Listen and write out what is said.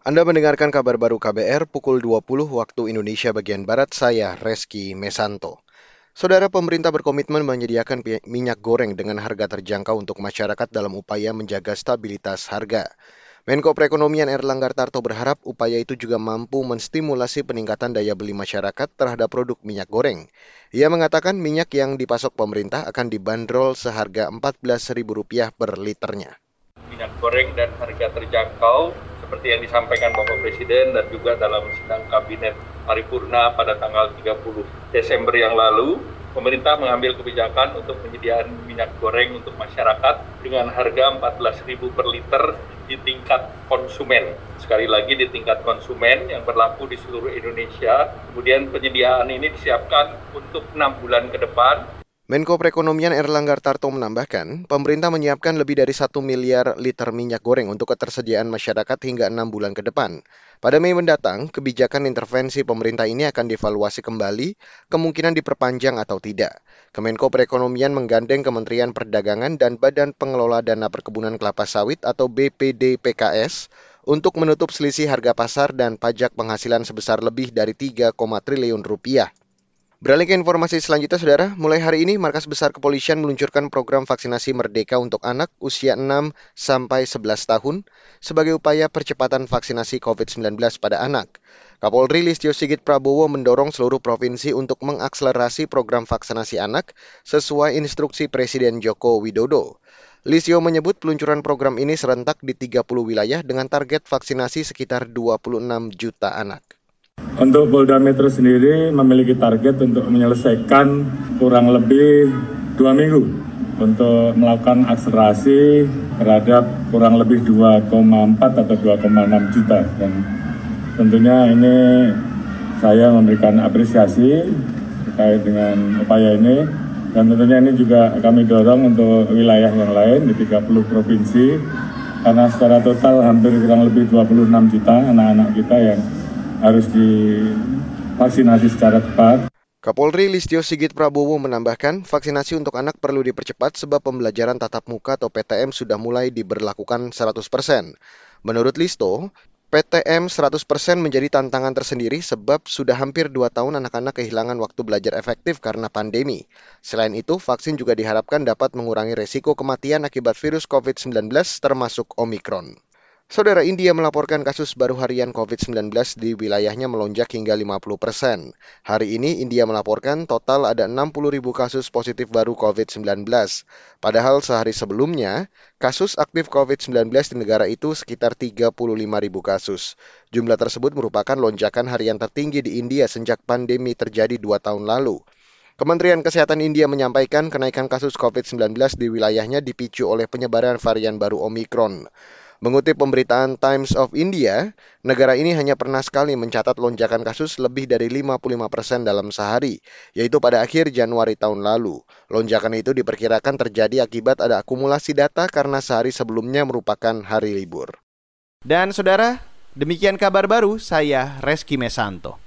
Anda mendengarkan kabar baru KBR pukul 20 waktu Indonesia bagian Barat, saya Reski Mesanto. Saudara, pemerintah berkomitmen menyediakan minyak goreng dengan harga terjangkau untuk masyarakat dalam upaya menjaga stabilitas harga. Menko Perekonomian Erlangga Tarto berharap upaya itu juga mampu menstimulasi peningkatan daya beli masyarakat terhadap produk minyak goreng. Ia mengatakan minyak yang dipasok pemerintah akan dibanderol seharga Rp14.000 per liternya. Minyak goreng dan harga terjangkau seperti yang disampaikan Bapak Presiden dan juga dalam sidang kabinet paripurna pada tanggal 30 Desember yang lalu, pemerintah mengambil kebijakan untuk penyediaan minyak goreng untuk masyarakat dengan harga Rp14.000 per liter di tingkat konsumen. Sekali lagi di tingkat konsumen yang berlaku di seluruh Indonesia. Kemudian penyediaan ini disiapkan untuk 6 bulan ke depan. Menko Perekonomian Erlangga Tarto menambahkan, pemerintah menyiapkan lebih dari 1 miliar liter minyak goreng untuk ketersediaan masyarakat hingga 6 bulan ke depan. Pada Mei mendatang, kebijakan intervensi pemerintah ini akan dievaluasi kembali, kemungkinan diperpanjang atau tidak. Kemenko Perekonomian menggandeng Kementerian Perdagangan dan Badan Pengelola Dana Perkebunan Kelapa Sawit atau BPDPKS untuk menutup selisih harga pasar dan pajak penghasilan sebesar lebih dari 3, triliun rupiah. Beralih ke informasi selanjutnya, Saudara. Mulai hari ini, Markas Besar Kepolisian meluncurkan program vaksinasi Merdeka untuk anak usia 6 sampai 11 tahun sebagai upaya percepatan vaksinasi COVID-19 pada anak. Kapolri Listio Sigit Prabowo mendorong seluruh provinsi untuk mengakselerasi program vaksinasi anak sesuai instruksi Presiden Joko Widodo. Listio menyebut peluncuran program ini serentak di 30 wilayah dengan target vaksinasi sekitar 26 juta anak. Untuk Polda Metro sendiri memiliki target untuk menyelesaikan kurang lebih 2 minggu untuk melakukan akselerasi terhadap kurang lebih 2,4 atau 2,6 juta. Dan tentunya ini saya memberikan apresiasi terkait dengan upaya ini. Dan tentunya ini juga kami dorong untuk wilayah yang lain di 30 provinsi. Karena secara total hampir kurang lebih 26 juta anak-anak kita yang harus divaksinasi secara tepat. Kapolri Listio Sigit Prabowo menambahkan, vaksinasi untuk anak perlu dipercepat sebab pembelajaran tatap muka atau PTM sudah mulai diberlakukan 100%. Menurut Listo, PTM 100% menjadi tantangan tersendiri sebab sudah hampir 2 tahun anak-anak kehilangan waktu belajar efektif karena pandemi. Selain itu, vaksin juga diharapkan dapat mengurangi resiko kematian akibat virus COVID-19 termasuk Omikron. Saudara, India melaporkan kasus baru harian COVID-19 di wilayahnya melonjak hingga 50%. Hari ini India melaporkan total ada 60.000 kasus positif baru COVID-19. Padahal sehari sebelumnya, kasus aktif COVID-19 di negara itu sekitar 35.000 kasus. Jumlah tersebut merupakan lonjakan harian tertinggi di India sejak pandemi terjadi 2 tahun lalu. Kementerian Kesehatan India menyampaikan kenaikan kasus COVID-19 di wilayahnya dipicu oleh penyebaran varian baru Omikron. Mengutip pemberitaan Times of India, negara ini hanya pernah sekali mencatat lonjakan kasus lebih dari 55% dalam sehari, yaitu pada akhir Januari tahun lalu. Lonjakan itu diperkirakan terjadi akibat ada akumulasi data karena sehari sebelumnya merupakan hari libur. Dan saudara, demikian kabar baru saya Reski Mesanto.